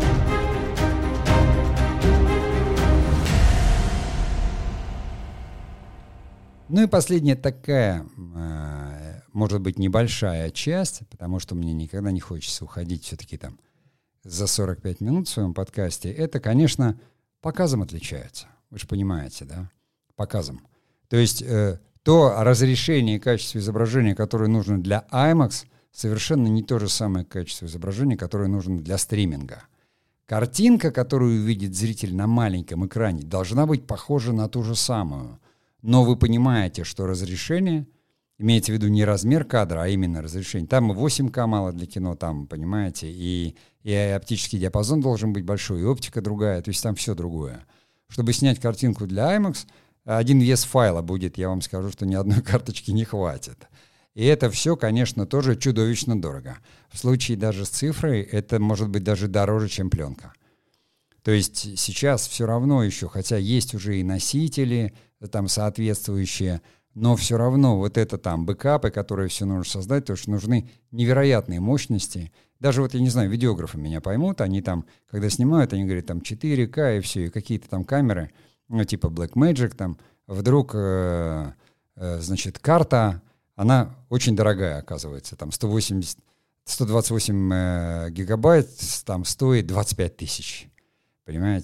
Ну и последняя такая, может быть, небольшая часть, потому что мне никогда не хочется уходить все-таки там за сорок пять минут в своем подкасте. Это, конечно, показом отличается. Вы же понимаете, да? Показом. То есть э, то разрешение и качество изображения, которое нужно для IMAX, совершенно не то же самое качество изображения, которое нужно для стриминга. Картинка, которую увидит зритель на маленьком экране, должна быть похожа на ту же самую. Но вы понимаете, что разрешение, имеется в виду не размер кадра, а именно разрешение. Там восемь ка мало для кино, там, понимаете, и, и оптический диапазон должен быть большой, и оптика другая, то есть там все другое. Чтобы снять картинку для IMAX, один вес файла будет, я вам скажу, что ни одной карточки не хватит. И это все, конечно, тоже чудовищно дорого. В случае даже с цифрой это может быть даже дороже, чем пленка. То есть сейчас все равно еще, хотя есть уже и носители там соответствующие, но все равно вот это там бэкапы, которые все нужно создать, потому что нужны невероятные мощности. Даже вот, я не знаю, видеографы меня поймут, они там, когда снимают, они говорят там четыре ка и все, и какие-то там камеры, ну типа Blackmagic, там вдруг, э, э, значит, карта, она очень дорогая оказывается, там сто восемьдесят, сто двадцать восемь э, гигабайт, там стоит двадцать пять тысяч. Понимаете?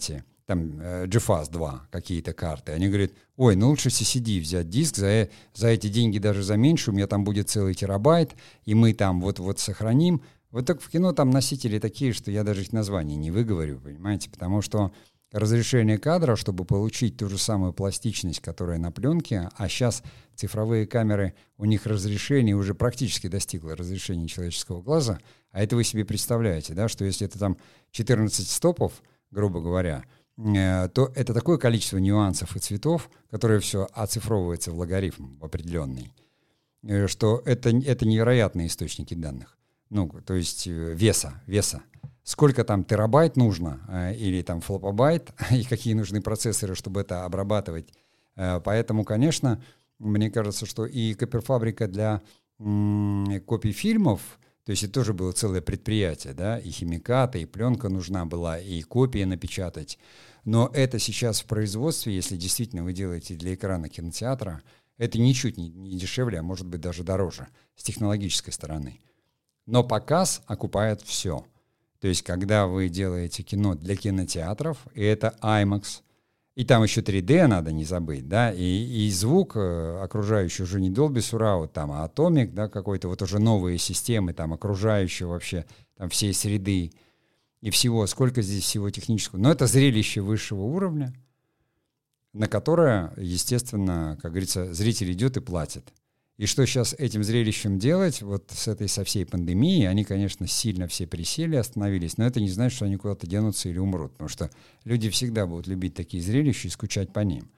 там GeFast два, какие-то карты. Они говорят, ой, ну лучше си си ди взять диск, за, за эти деньги даже за меньше, у меня там будет целый терабайт, и мы там вот-вот сохраним. Вот так в кино там носители такие, что я даже их названия не выговорю, понимаете, потому что разрешение кадра, чтобы получить ту же самую пластичность, которая на пленке, а сейчас цифровые камеры, у них разрешение уже практически достигло разрешения человеческого глаза, а это вы себе представляете, да, что если это там четырнадцать стопов, грубо говоря, э, то это такое количество нюансов и цветов, которое все оцифровывается в логарифм в определенный, э, что это, это невероятные источники данных. Ну, то есть э, веса, веса. Сколько там терабайт нужно, э, или там флопобайт, и какие нужны процессоры, чтобы это обрабатывать. Э, поэтому, конечно, мне кажется, что и копирфабрика для м- копий фильмов, то есть это тоже было целое предприятие, да, и химикаты, и пленка нужна была, и копии напечатать. Но это сейчас в производстве, если действительно вы делаете для экрана кинотеатра, это ничуть не, не дешевле, а может быть даже дороже с технологической стороны. Но показ окупает все. То есть, когда вы делаете кино для кинотеатров, и это IMAX, и там еще три дэ надо не забыть, да, и, и звук э, окружающий уже не Dolby Surround, там, а Atomic, да, какой-то вот уже новые системы, там, окружающие вообще, там, всей среды и всего, сколько здесь всего технического. Но это зрелище высшего уровня, на которое, естественно, как говорится, зритель идет и платит. И что сейчас этим зрелищем делать, вот с этой, со всей пандемией, они, конечно, сильно все присели, остановились, но это не значит, что они куда-то денутся или умрут, потому что люди всегда будут любить такие зрелища и скучать по ним.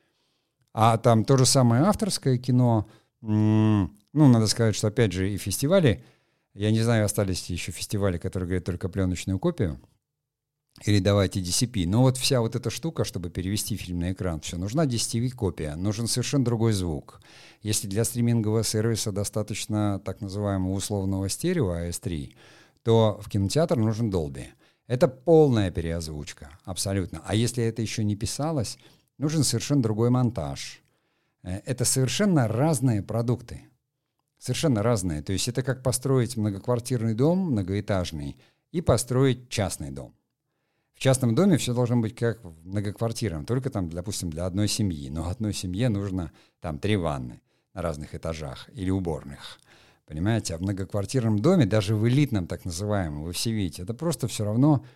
А там то же самое авторское кино, ну, надо сказать, что, опять же, и фестивали, я не знаю, остались ли еще фестивали, которые говорят только пленочную копию, или давайте ди си пи, но вот вся вот эта штука, чтобы перевести фильм на экран, все, нужна ди си пи-копия, нужен совершенно другой звук. Если для стримингового сервиса достаточно так называемого условного стерео эй эс три, то в кинотеатр нужен Dolby. Это полная переозвучка, абсолютно. А если это еще не писалось, нужен совершенно другой монтаж. Это совершенно разные продукты. Совершенно разные. То есть это как построить многоквартирный дом, многоэтажный, и построить частный дом. В частном доме все должно быть как в многоквартирном, только там, допустим, для одной семьи. Но одной семье нужно там три ванны на разных этажах или уборных. Понимаете? А в многоквартирном доме, даже в элитном так называемом, вы все видите, это просто все равно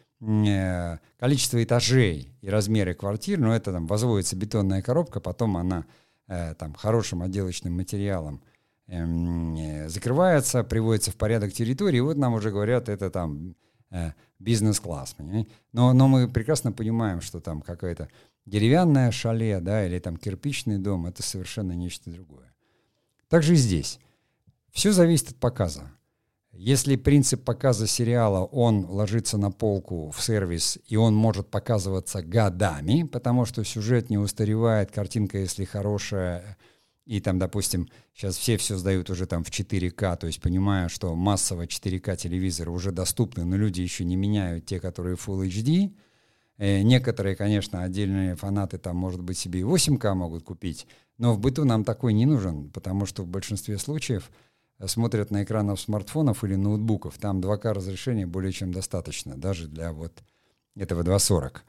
э, количество этажей и размеры квартир, но это там возводится бетонная коробка, потом она э, там хорошим отделочным материалом э, э, закрывается, приводится в порядок территории, и вот нам уже говорят, это там бизнес-класс, понимаете? Но, но мы прекрасно понимаем, что там какое-то деревянное шале, да, или там кирпичный дом, это совершенно нечто другое. Так же и здесь. Все зависит от показа. Если принцип показа сериала, он ложится на полку в сервис, и он может показываться годами, потому что сюжет не устаревает, картинка, если хорошая, и там, допустим, сейчас все все сдают уже там в четыре ка, то есть понимая, что массово четыре ка телевизоры уже доступны, но люди еще не меняют те, которые Full эйч ди. Э, некоторые, конечно, отдельные фанаты там, может быть, себе и восемь ка могут купить, но в быту нам такой не нужен, потому что в большинстве случаев смотрят на экранах смартфонов или ноутбуков, там два ка разрешения более чем достаточно, даже для вот этого два сорок,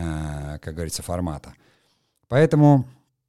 э, как говорится, формата. Поэтому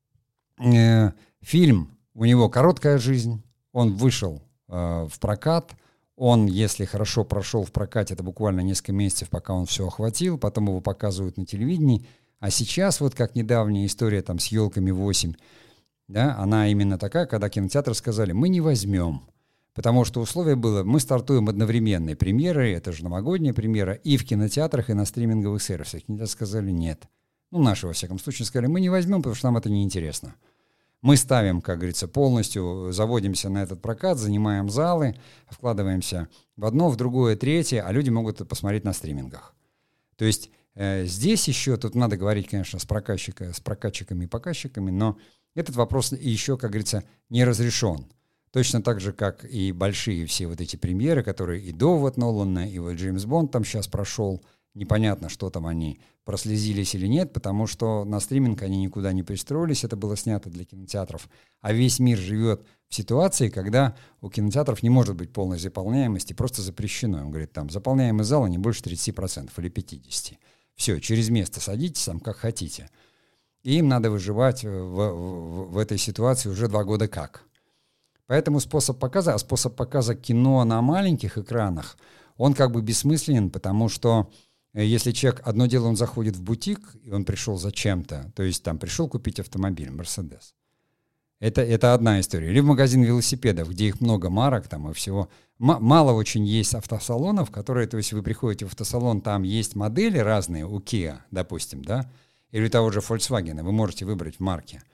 э, фильм, у него короткая жизнь, он вышел э, в прокат, он, если хорошо прошел в прокате, это буквально несколько месяцев, пока он все охватил, потом его показывают на телевидении, а сейчас, вот как недавняя история там с «Елками восемь», да, она именно такая, когда кинотеатры сказали, мы не возьмем, потому что условие было, мы стартуем одновременные премьеры, это же новогодняя премьера, и в кинотеатрах, и на стриминговых сервисах. Кинотеатры сказали нет. Ну, наши, во всяком случае, сказали, мы не возьмем, потому что нам это неинтересно. Мы ставим, как говорится, полностью, заводимся на этот прокат, занимаем залы, вкладываемся в одно, в другое, третье, а люди могут это посмотреть на стримингах. То есть э, здесь еще, тут надо говорить, конечно, с, прокатчика, с прокатчиками и показчиками, но этот вопрос еще, как говорится, не разрешен. Точно так же, как и большие все вот эти премьеры, которые и до вот Нолана, и вот Джеймс Бонд там сейчас прошел, непонятно, что там они прослезились или нет, потому что на стриминг они никуда не пристроились, это было снято для кинотеатров. А весь мир живет в ситуации, когда у кинотеатров не может быть полной заполняемости, просто запрещено. Он говорит, там, заполняемый зал не больше тридцать процентов или пятьдесят процентов. Все, через место садитесь там как хотите. И им надо выживать в, в, в этой ситуации уже два года как. Поэтому способ показа, а способ показа кино на маленьких экранах, он как бы бессмысленен, потому что если человек, одно дело, он заходит в бутик, и он пришел за чем-то, то есть там пришел купить автомобиль, Мерседес. Это, это одна история. Или в магазин велосипедов, где их много марок там и всего. М- мало очень есть автосалонов, которые, то есть вы приходите в автосалон, там есть модели разные у Kia, допустим, да, или у того же Volkswagen, вы можете выбрать в марке.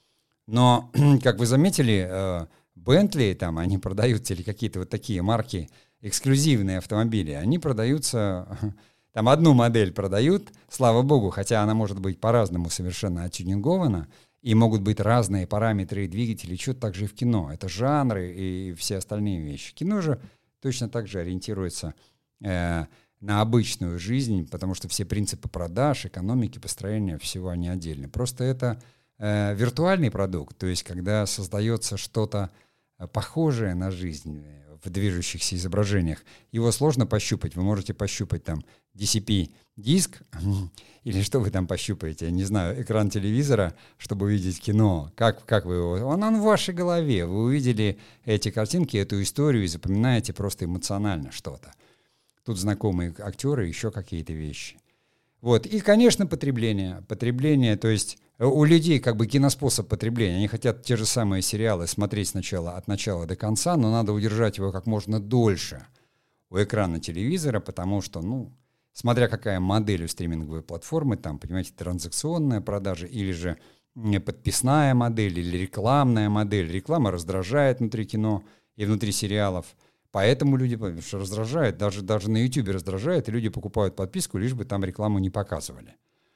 Но, как вы заметили, Bentley, там, они продаются, или какие-то вот такие марки, эксклюзивные автомобили, они продаются, там одну модель продают, слава богу, хотя она может быть по-разному совершенно оттюнингована, и могут быть разные параметры и двигатели, что-то так же и в кино. Это жанры и все остальные вещи. Кино же точно так же ориентируется э, на обычную жизнь, потому что все принципы продаж, экономики, построения, всего они отдельны. Просто это э, виртуальный продукт, то есть когда создается что-то похожее на жизнь в движущихся изображениях, его сложно пощупать. Вы можете пощупать там ди си пи-диск, или что вы там пощупаете, я не знаю, экран телевизора, чтобы увидеть кино. Как, как вы его... Он, он в вашей голове. Вы увидели эти картинки, эту историю и запоминаете просто эмоционально что-то. Тут знакомые актеры, еще какие-то вещи. Вот. И, конечно, потребление. Потребление, то есть у людей как бы киноспособ потребления. Они хотят те же самые сериалы смотреть сначала от начала до конца, но надо удержать его как можно дольше у экрана телевизора, потому что, ну, смотря какая модель у стриминговой платформы, там, понимаете, транзакционная продажа или же подписная модель или рекламная модель. Реклама раздражает внутри кино и внутри сериалов. Поэтому люди, потому что раздражает, даже, даже на Ютубе раздражает, и люди покупают подписку, лишь бы там рекламу не показывали.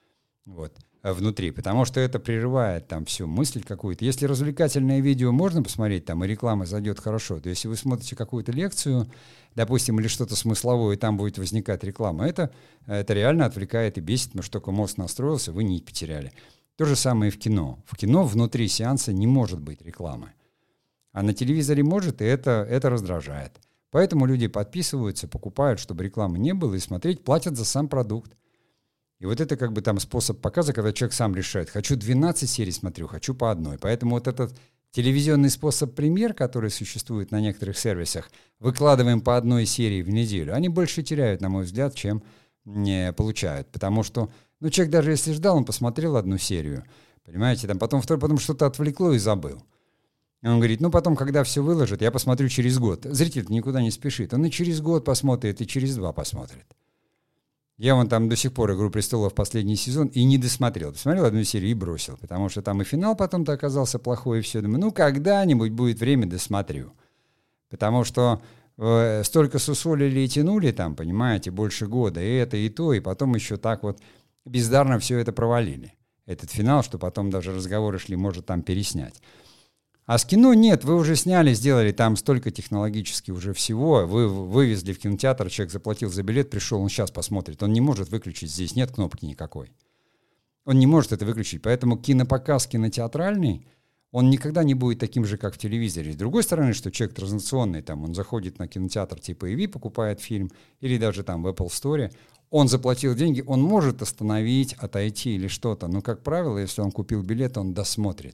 Вот, внутри, потому что это прерывает там всю мысль какую-то. Если развлекательное видео можно посмотреть, там, и реклама зайдет хорошо, то если вы смотрите какую-то лекцию, допустим, или что-то смысловое, и там будет возникать реклама, это, это реально отвлекает и бесит, потому что только мозг настроился, вы нить потеряли. То же самое и в кино. В кино внутри сеанса не может быть рекламы. А на телевизоре может, и это, это раздражает. Поэтому люди подписываются, покупают, чтобы рекламы не было, и смотреть, платят за сам продукт. И вот это как бы там способ показа, когда человек сам решает, хочу двенадцать серий смотрю, хочу по одной. Поэтому вот этот телевизионный способ премьер, который существует на некоторых сервисах, выкладываем по одной серии в неделю, они больше теряют, на мой взгляд, чем не получают. Потому что, ну, человек даже если ждал, он посмотрел одну серию, понимаете, там потом второй, потом что-то отвлекло и забыл. И он говорит, ну, потом, когда все выложат, я посмотрю через год. Зритель никуда не спешит. Он и через год посмотрит, и через два посмотрит. Я вон там до сих пор «Игру престолов» последний сезон и не досмотрел. Посмотрел одну серию и бросил, потому что там и финал потом-то оказался плохой, и все. Думаю, ну, когда-нибудь будет время, досмотрю. Потому что э, столько сусолили и тянули там, понимаете, больше года, и это, и то, и потом еще так вот бездарно все это провалили. Этот финал, что потом даже разговоры шли, может там переснять. А с кино нет, вы уже сняли, сделали там столько технологически уже всего, вы вывезли в кинотеатр, человек заплатил за билет, пришел, он сейчас посмотрит, он не может выключить, здесь нет кнопки никакой. Он не может это выключить, поэтому кинопоказ кинотеатральный, он никогда не будет таким же, как в телевизоре. С другой стороны, что человек транзакционный, там, он заходит на кинотеатр типа и ви, покупает фильм, или даже там в Apple Store, он заплатил деньги, он может остановить, отойти или что-то, но, как правило, если он купил билет, он досмотрит.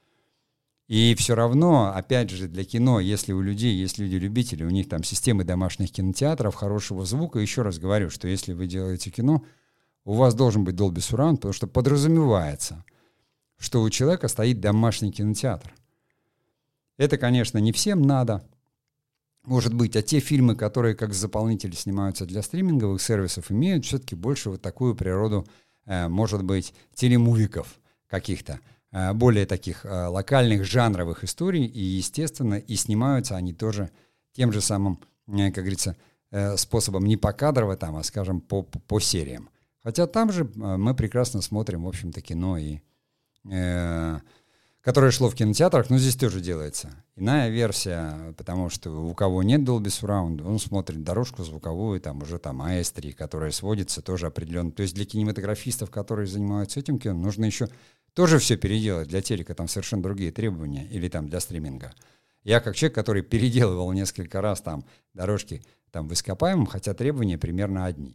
И все равно, опять же, для кино, если у людей есть люди-любители, у них там системы домашних кинотеатров, хорошего звука, еще раз говорю, что если вы делаете кино, у вас должен быть Dolby Surround, потому что подразумевается, что у человека стоит домашний кинотеатр. Это, конечно, не всем надо, может быть, а те фильмы, которые как заполнители снимаются для стриминговых сервисов, имеют все-таки больше вот такую природу, э, может быть, телемувиков каких-то, более таких э, локальных жанровых историй, и, естественно, и снимаются они тоже тем же самым, э, как говорится, э, способом не покадрово там, а, скажем, по, по, по сериям. Хотя там же э, мы прекрасно смотрим, в общем-то, кино, и, э, которое шло в кинотеатрах, но здесь тоже делается. Иная версия, потому что у кого нет Dolby Surround, он смотрит дорожку звуковую, там уже там эй эс три, которая сводится тоже определенно. То есть для кинематографистов, которые занимаются этим кино, нужно еще тоже все переделать. Для телека там совершенно другие требования, или там для стриминга. Я как человек, который переделывал несколько раз там дорожки там в ископаемом, хотя требования примерно одни.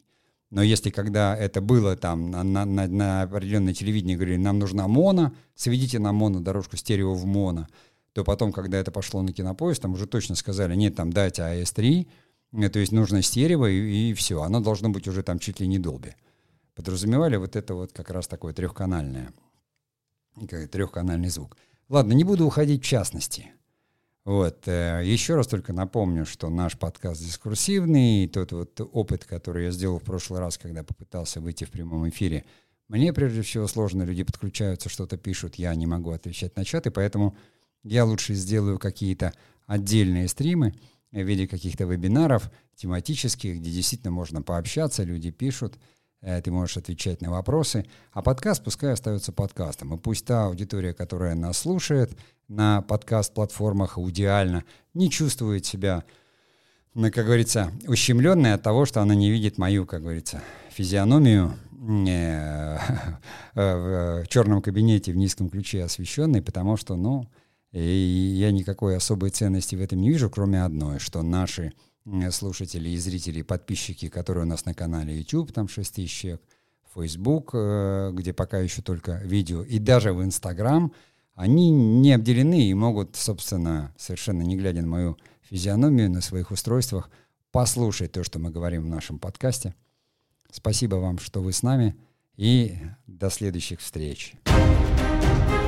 Но если когда это было там на, на, на определенное телевидение, говорили, нам нужна моно, сведите нам моно, дорожку стерео в моно, то потом, когда это пошло на Кинопоиск, там уже точно сказали, нет, там дайте эй эс три, то есть нужно стерео, и, и все, оно должно быть уже там чуть ли не Dolby. Подразумевали вот это вот как раз такое трехканальное, трехканальный звук. Ладно, не буду уходить в частности. Вот. Еще раз только напомню, что наш подкаст дискурсивный, тот вот опыт, который я сделал в прошлый раз, когда попытался выйти в прямом эфире, мне прежде всего сложно, люди подключаются, что-то пишут, я не могу отвечать на чаты, поэтому я лучше сделаю какие-то отдельные стримы в виде каких-то вебинаров тематических, где действительно можно пообщаться, люди пишут, ты можешь отвечать на вопросы, а подкаст пускай остается подкастом. И пусть та аудитория, которая нас слушает на подкаст-платформах аудиально, не чувствует себя, ну, как говорится, ущемленной от того, что она не видит мою, как говорится, физиономию в черном кабинете в низком ключе освещенной, потому что, ну, я никакой особой ценности в этом не вижу, кроме одной, что наши слушатели и зрители, и подписчики, которые у нас на канале YouTube, там шесть тысяч человек, Facebook, где пока еще только видео, и даже в Instagram, они не обделены и могут, собственно, совершенно не глядя на мою физиономию, на своих устройствах, послушать то, что мы говорим в нашем подкасте. Спасибо вам, что вы с нами, и до следующих встреч.